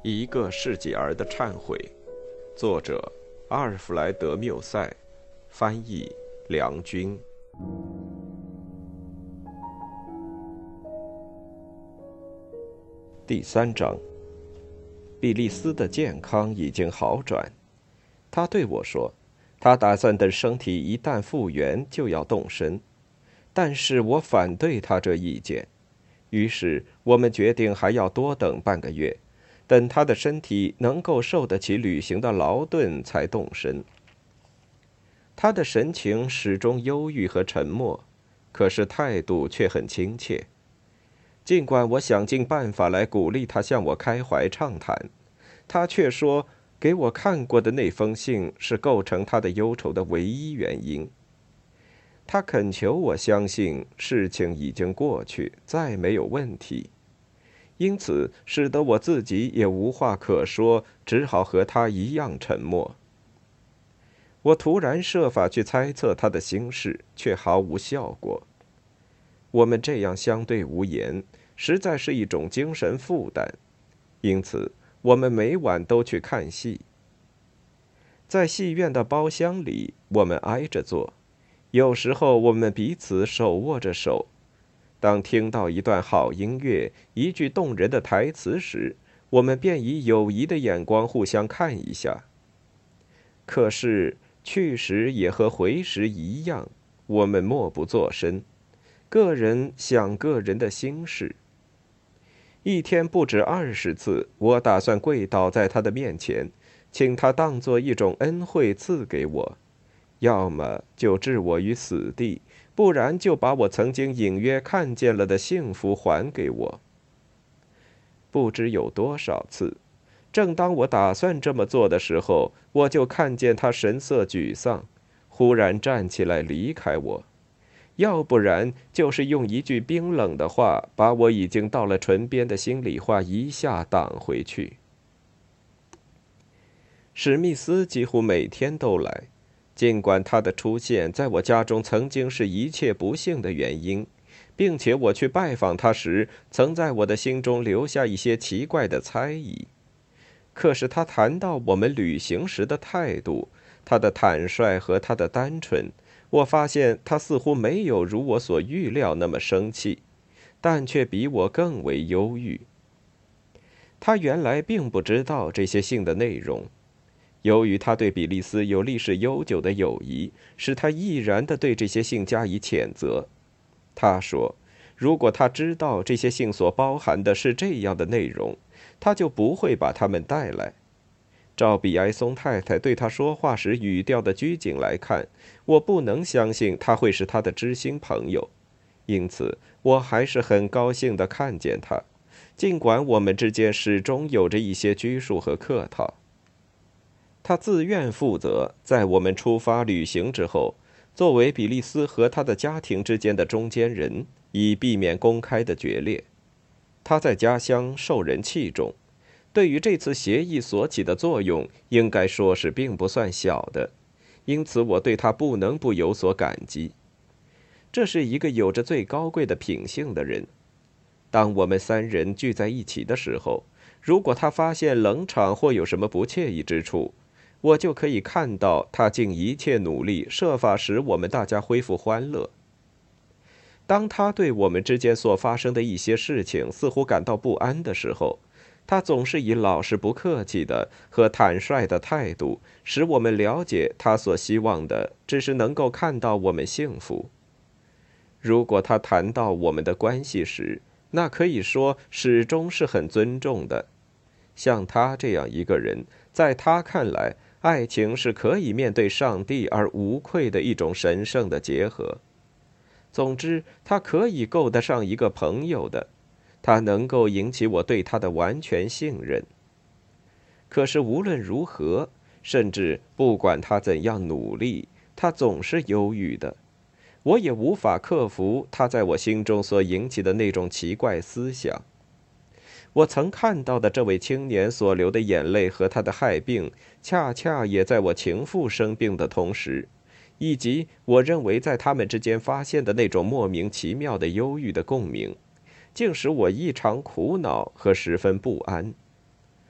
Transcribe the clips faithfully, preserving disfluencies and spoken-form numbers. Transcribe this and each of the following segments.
一个世纪儿的忏悔，作者阿尔弗莱德·缪塞，翻译梁军。第三章，比利斯的健康已经好转。他对我说，他打算等身体一旦复原就要动身，但是我反对他这意见。于是我们决定还要多等半个月，等他的身体能够受得起旅行的劳顿才动身。他的神情始终忧郁和沉默，可是态度却很亲切。尽管我想尽办法来鼓励他向我开怀畅谈，他却说给我看过的那封信是构成他的忧愁的唯一原因。他恳求我相信事情已经过去，再没有问题，因此使得我自己也无话可说，只好和他一样沉默。我突然设法去猜测他的心事，却毫无效果。我们这样相对无言，实在是一种精神负担，因此我们每晚都去看戏。在戏院的包厢里，我们挨着坐，有时候我们彼此手握着手。当听到一段好音乐、一句动人的台词时，我们便以友谊的眼光互相看一下。可是去时也和回时一样，我们默不作声，个人想个人的心事。一天不止二十次，我打算跪倒在他的面前，请他当作一种恩惠赐给我，要么就置我于死地，不然就把我曾经隐约看见了的幸福还给我。不知有多少次，正当我打算这么做的时候，我就看见他神色沮丧，忽然站起来离开我，要不然就是用一句冰冷的话把我已经到了唇边的心里话一下挡回去。史密斯几乎每天都来，尽管他的出现在我家中曾经是一切不幸的原因，并且我去拜访他时曾在我的心中留下一些奇怪的猜疑。可是他谈到我们旅行时的态度，他的坦率和他的单纯，我发现他似乎没有如我所预料那么生气，但却比我更为忧郁。他原来并不知道这些信的内容，由于他对比利斯有历史悠久的友谊，使他毅然地对这些信加以谴责。他说，如果他知道这些信所包含的是这样的内容，他就不会把他们带来。照比埃松太太对他说话时语调的拘谨来看，我不能相信他会是他的知心朋友，因此我还是很高兴地看见他，尽管我们之间始终有着一些拘束和客套。他自愿负责在我们出发旅行之后，作为比利斯和他的家庭之间的中间人，以避免公开的决裂。他在家乡受人器重，对于这次协议所起的作用，应该说是并不算小的，因此我对他不能不有所感激。这是一个有着最高贵的品性的人。当我们三人聚在一起的时候，如果他发现冷场或有什么不惬意之处，我就可以看到他尽一切努力，设法使我们大家恢复欢乐。当他对我们之间所发生的一些事情似乎感到不安的时候，他总是以老实不客气的和坦率的态度，使我们了解他所希望的只是能够看到我们幸福。如果他谈到我们的关系时，那可以说始终是很尊重的。像他这样一个人，在他看来，爱情是可以面对上帝而无愧的一种神圣的结合。总之，他可以够得上一个朋友的，他能够引起我对他的完全信任。可是无论如何，甚至不管他怎样努力，他总是忧郁的。我也无法克服他在我心中所引起的那种奇怪思想。我曾看到的这位青年所流的眼泪和他的害病，恰恰也在我情妇生病的同时，以及我认为在他们之间发现的那种莫名其妙的忧郁的共鸣，竟使我异常苦恼和十分不安。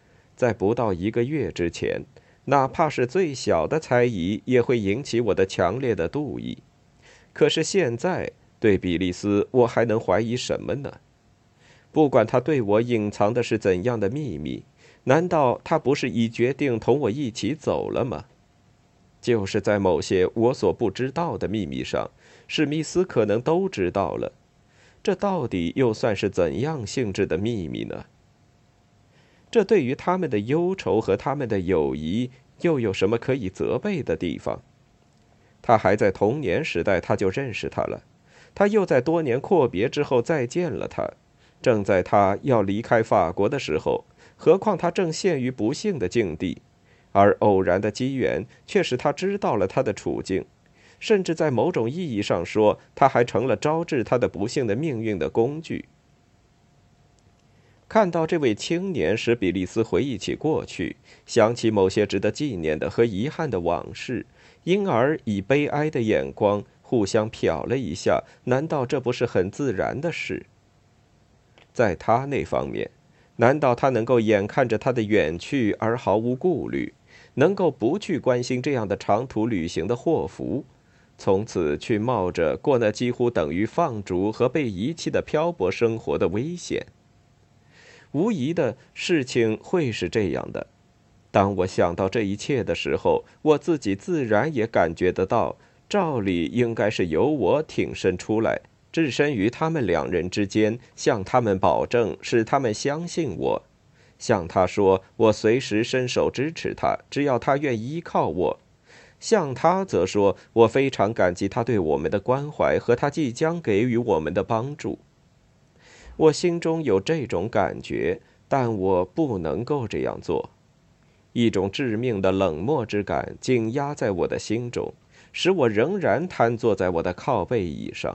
在不到一个月之前，哪怕是最小的猜疑，也会引起我的强烈的妒意。可是现在，对比利斯，我还能怀疑什么呢？不管他对我隐藏的是怎样的秘密，难道他不是已决定同我一起走了吗？就是在某些我所不知道的秘密上，史密斯可能都知道了。这到底又算是怎样性质的秘密呢？这对于他们的忧愁和他们的友谊又有什么可以责备的地方？他还在童年时代他就认识他了，他又在多年阔别之后再见了他，正在他要离开法国的时候，何况他正陷于不幸的境地，而偶然的机缘却使他知道了他的处境，甚至在某种意义上说，他还成了招致他的不幸的命运的工具。看到这位青年，使比利斯回忆起过去，想起某些值得纪念的和遗憾的往事，因而以悲哀的眼光互相瞟了一下，难道这不是很自然的事？在他那方面，难道他能够眼看着他的远去而毫无顾虑，能够不去关心这样的长途旅行的祸福，从此去冒着过那几乎等于放逐和被遗弃的漂泊生活的危险？无疑的，事情会是这样的。当我想到这一切的时候，我自己自然也感觉得到，照理应该是由我挺身出来，置身于他们两人之间，向他们保证，使他们相信我，向他说我随时伸手支持他，只要他愿依靠我；向他则说我非常感激他对我们的关怀和他即将给予我们的帮助。我心中有这种感觉，但我不能够这样做。一种致命的冷漠之感紧压在我的心中，使我仍然瘫坐在我的靠背椅上。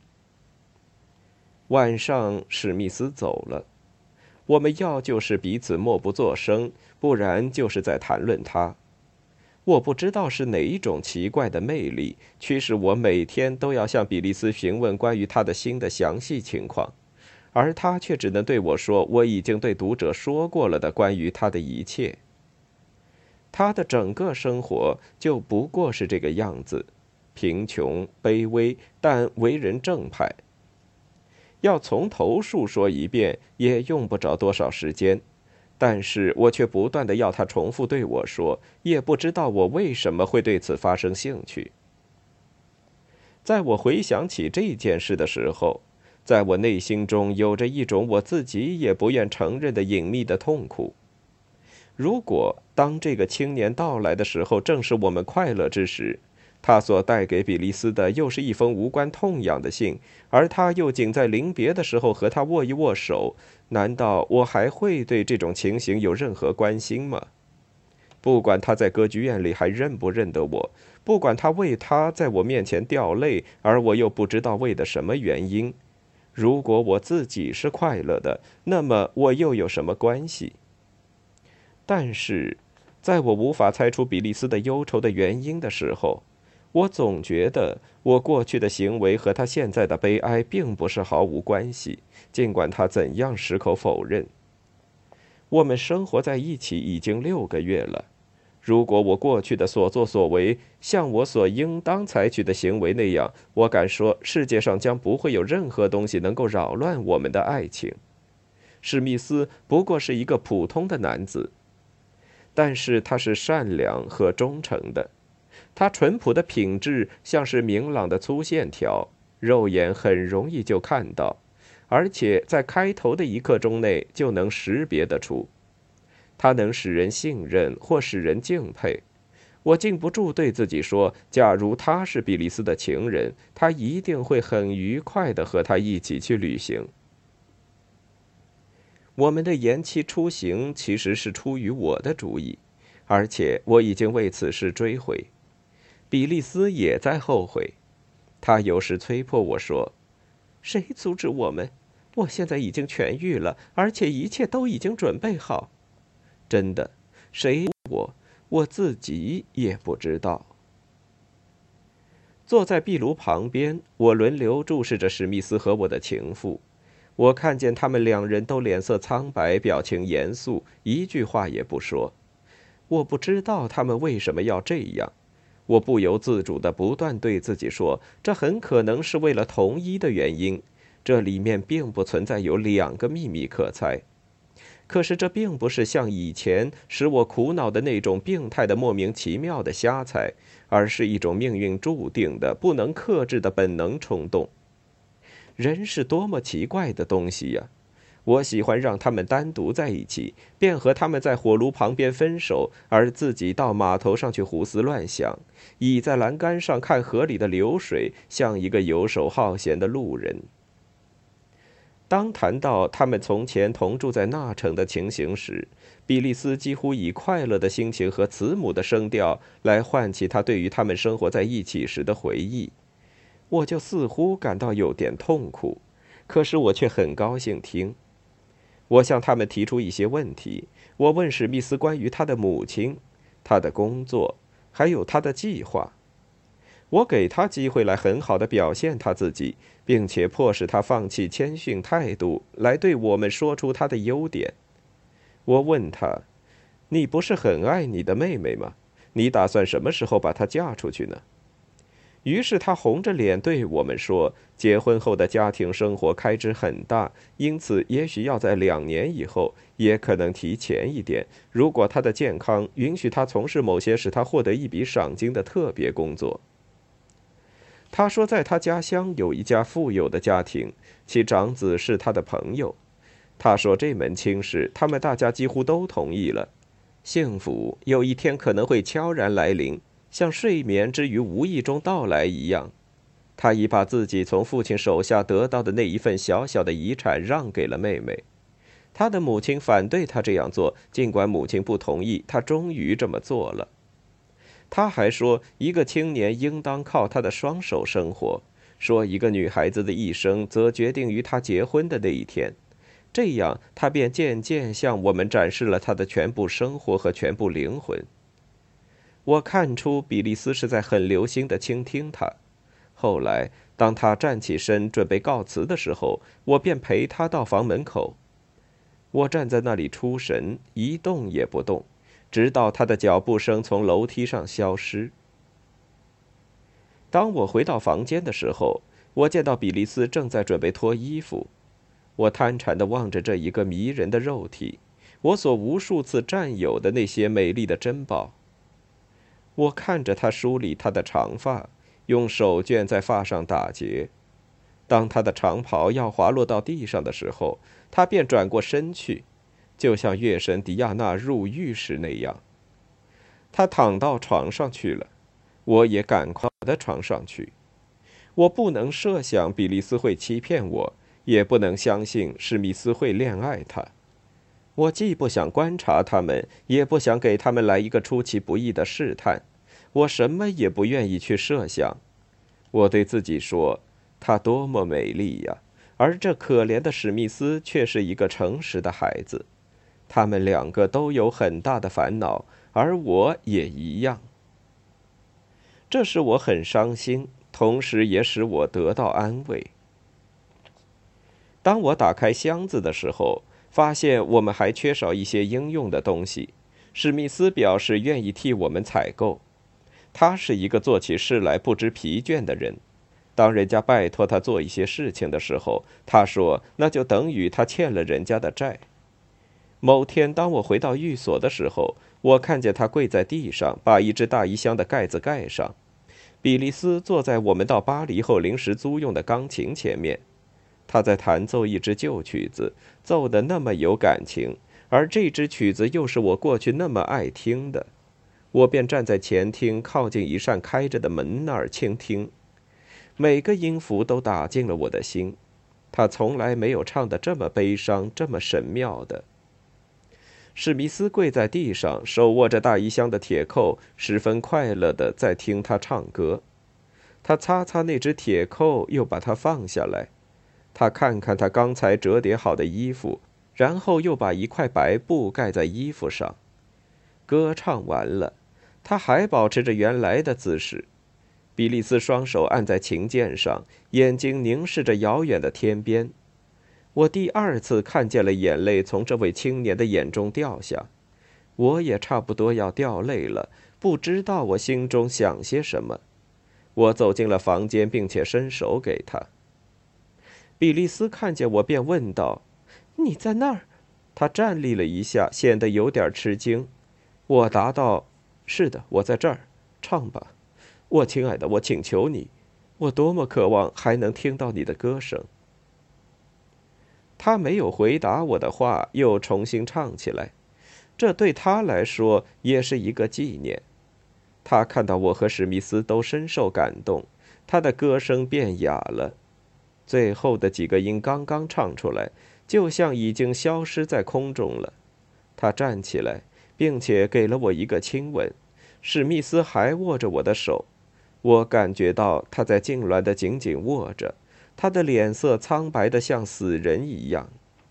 晚上，史密斯走了，我们要就是彼此默不作声，不然就是在谈论他。我不知道是哪一种奇怪的魅力，驱使我每天都要向比利斯询问关于他的新的详细情况。而他却只能对我说我已经对读者说过了的关于他的一切。他的整个生活就不过是这个样子，贫穷卑微，但为人正派。要从头述说一遍也用不着多少时间，但是我却不断地要他重复对我说，也不知道我为什么会对此发生兴趣。在我回想起这件事的时候，在我内心中有着一种我自己也不愿承认的隐秘的痛苦。如果当这个青年到来的时候正是我们快乐之时，他所带给比利斯的又是一封无关痛痒的信，而他又仅在临别的时候和他握一握手，难道我还会对这种情形有任何关心吗？不管他在歌剧院里还认不认得我，不管他为他在我面前掉泪，而我又不知道为的什么原因，如果我自己是快乐的，那么我又有什么关系？但是，在我无法猜出比利斯的忧愁的原因的时候，我总觉得我过去的行为和他现在的悲哀并不是毫无关系，尽管他怎样矢口否认。我们生活在一起已经六个月了，如果我过去的所作所为像我所应当采取的行为那样，我敢说世界上将不会有任何东西能够扰乱我们的爱情。史密斯不过是一个普通的男子，但是他是善良和忠诚的，他淳朴的品质像是明朗的粗线条，肉眼很容易就看到，而且在开头的一刻钟内就能识别得出。他能使人信任或使人敬佩。我禁不住对自己说，假如他是比利斯的情人，他一定会很愉快地和他一起去旅行。我们的延期出行其实是出于我的主意，而且我已经为此事追悔。比利斯也在后悔，他有时催迫我说：“谁阻止我们？我现在已经痊愈了，而且一切都已经准备好。”真的，谁我我自己也不知道。坐在壁炉旁边，我轮流注视着史密斯和我的情妇。 我看见他们两人都脸色苍白，表情严肃，一句话也不说。我不知道他们为什么要这样，我不由自主地不断对自己说，这很可能是为了同一的原因，这里面并不存在有两个秘密可猜。可是这并不是像以前使我苦恼的那种病态的莫名其妙的瞎猜，而是一种命运注定的不能克制的本能冲动。人是多么奇怪的东西呀！我喜欢让他们单独在一起，便和他们在火炉旁边分手，而自己到码头上去胡思乱想，倚在栏杆上看河里的流水，像一个游手好闲的路人。当谈到他们从前同住在那城的情形时，比利斯几乎以快乐的心情和慈母的声调来唤起他对于他们生活在一起时的回忆，我就似乎感到有点痛苦，可是我却很高兴听。我向他们提出一些问题，我问史密斯关于他的母亲、他的工作，还有他的计划。我给他机会来很好的表现他自己，并且迫使他放弃谦逊态度，来对我们说出他的优点。我问他：“你不是很爱你的妹妹吗？你打算什么时候把她嫁出去呢？”于是他红着脸对我们说：“结婚后的家庭生活开支很大，因此也许要在两年以后，也可能提前一点，如果他的健康允许他从事某些使他获得一笔赏金的特别工作。”他说，在他家乡有一家富有的家庭，其长子是他的朋友。他说这门亲事，他们大家几乎都同意了。幸福有一天可能会悄然来临，像睡眠之于无意中到来一样。他已把自己从父亲手下得到的那一份小小的遗产让给了妹妹。他的母亲反对他这样做，尽管母亲不同意，他终于这么做了。他还说，一个青年应当靠他的双手生活，说一个女孩子的一生则决定于她结婚的那一天。这样，他便渐渐向我们展示了他的全部生活和全部灵魂。我看出比利斯是在很留心地倾听他。后来，当他站起身准备告辞的时候，我便陪他到房门口。我站在那里出神，一动也不动，直到他的脚步声从楼梯上消失。当我回到房间的时候，我见到比利斯正在准备脱衣服。我贪馋地望着这一个迷人的肉体，我所无数次占有的那些美丽的珍宝。我看着他梳理他的长发，用手绢在发上打结。当他的长袍要滑落到地上的时候，他便转过身去，就像月神狄亚娜入浴时那样。他躺到床上去了，我也赶快到床上去。我不能设想比利斯会欺骗我，也不能相信史密斯会恋爱他。我既不想观察他们，也不想给他们来一个出其不意的试探，我什么也不愿意去设想。我对自己说，她多么美丽呀！而这可怜的史密斯却是一个诚实的孩子。他们两个都有很大的烦恼，而我也一样。这使我很伤心，同时也使我得到安慰。当我打开箱子的时候，发现我们还缺少一些应用的东西。史密斯表示愿意替我们采购。他是一个做起事来不知疲倦的人。当人家拜托他做一些事情的时候，他说那就等于他欠了人家的债。某天当我回到寓所的时候，我看见他跪在地上，把一只大衣箱的盖子盖上。比利斯坐在我们到巴黎后临时租用的钢琴前面，他在弹奏一支旧曲子，奏得那么有感情，而这支曲子又是我过去那么爱听的。我便站在前厅靠近一扇开着的门那儿倾听，每个音符都打进了我的心。他从来没有唱得这么悲伤，这么神妙的。史密斯跪在地上，手握着大衣箱的铁扣，十分快乐地在听他唱歌。他擦擦那只铁扣，又把它放下来。他看看他刚才折叠好的衣服，然后又把一块白布盖在衣服上。歌唱完了，他还保持着原来的姿势。比利斯双手按在琴键上，眼睛凝视着遥远的天边。 我第二次看见了眼泪从这位青年的眼中掉下，我也差不多要掉泪了，不知道我心中想些什么。我走进了房间，并且伸手给他。比利斯看见我便问道：“你在那儿？”他站立了一下，显得有点吃惊。我答道：“是的，我在这儿。唱吧，我亲爱的，我请求你，我多么渴望还能听到你的歌声。”他没有回答我的话，又重新唱起来。这对他来说也是一个纪念。他看到我和史密斯都深受感动，他的歌声变哑了。最后的几个音刚刚唱出来，就像已经消失在空中了。他站起来，并且给了我一个亲吻。史密斯还握着我的手，我感觉到他在痉挛地紧紧握着，他的脸色苍白得像死人一样。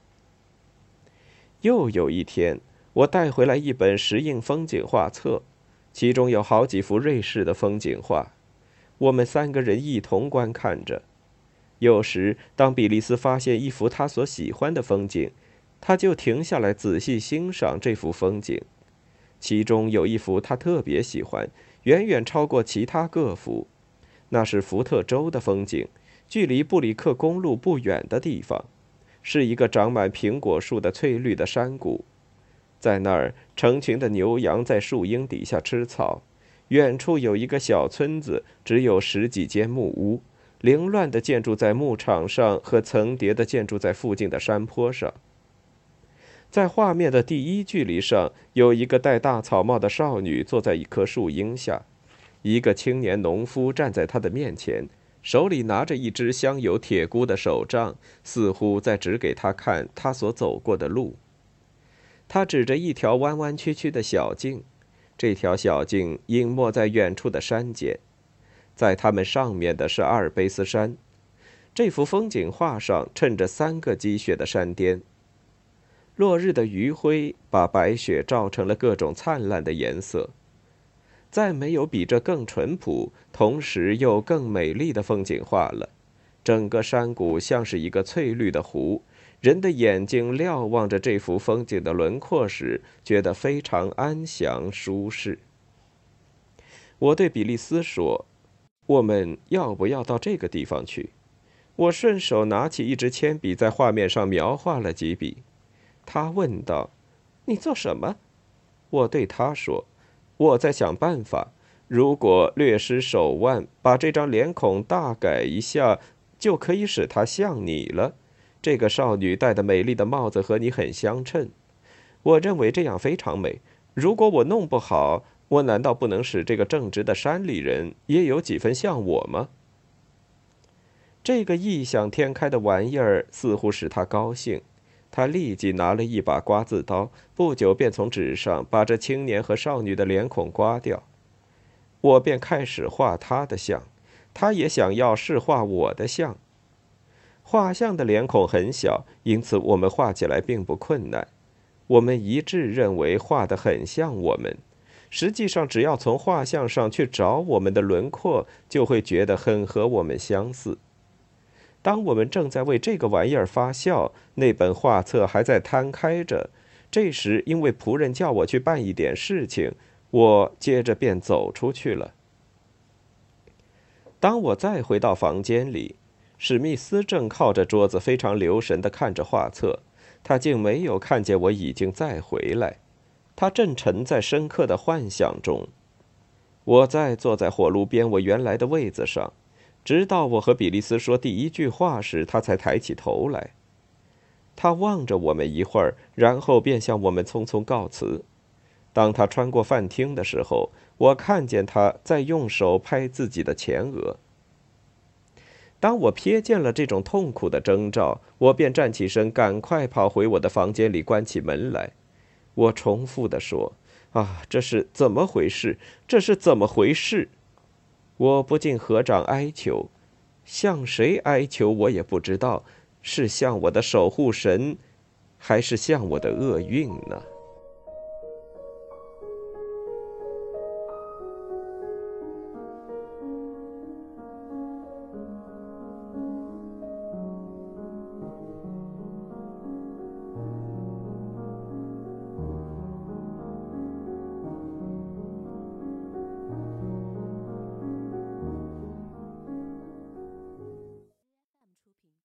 又有一天，我带回来一本石印风景画册，其中有好几幅瑞士的风景画，我们三个人一同观看着。有时，当比利斯发现一幅他所喜欢的风景，他就停下来仔细欣赏这幅风景。其中有一幅他特别喜欢，远远超过其他各幅。那是福特州的风景，距离布里克公路不远的地方，是一个长满苹果树的翠绿的山谷。在那儿，成群的牛羊在树荫底下吃草。远处有一个小村子，只有十几间木屋，凌乱的建筑在牧场上和层叠的建筑在附近的山坡上。在画面的第一距离上，有一个戴大草帽的少女坐在一棵树荫下，一个青年农夫站在她的面前，手里拿着一只镶有铁箍的手杖，似乎在指给她看她所走过的路。他指着一条弯弯曲曲的小径，这条小径隐没在远处的山间，在他们上面的是阿尔卑斯山。这幅风景画上衬着三个积雪的山巅，落日的余晖把白雪照成了各种灿烂的颜色。再没有比这更淳朴，同时又更美丽的风景画了。整个山谷像是一个翠绿的湖，人的眼睛瞭望着这幅风景的轮廓时，觉得非常安详舒适。我对比利斯说：“我们要不要到这个地方去？”我顺手拿起一支铅笔，在画面上描画了几笔。他问道：“你做什么？”我对他说：“我在想办法，如果略施手腕，把这张脸孔大改一下，就可以使它像你了。这个少女戴的美丽的帽子和你很相称，我认为这样非常美。如果我弄不好，我难道不能使这个正直的山里人也有几分像我吗？”这个异想天开的玩意儿似乎使他高兴，他立即拿了一把刮字刀，不久便从纸上把这青年和少女的脸孔刮掉。我便开始画他的像，他也想要是画我的像。画像的脸孔很小，因此我们画起来并不困难。我们一致认为画得很像我们，实际上只要从画像上去找我们的轮廓，就会觉得很和我们相似。当我们正在为这个玩意儿发笑，那本画册还在摊开着。这时，因为仆人叫我去办一点事情，我接着便走出去了。当我再回到房间里，史密斯正靠着桌子非常留神地看着画册，他竟没有看见我已经再回来，他正沉在深刻的幻想中。我再坐在火炉边我原来的位子上，直到我和比利斯说第一句话时，他才抬起头来。他望着我们一会儿，然后便向我们匆匆告辞。当他穿过饭厅的时候，我看见他在用手拍自己的前额。当我瞥见了这种痛苦的征兆，我便站起身，赶快跑回我的房间里，关起门来。我重复地说：“啊，这是怎么回事？这是怎么回事？”我不禁合掌哀求，向谁哀求我也不知道，是向我的守护神，还是向我的厄运呢？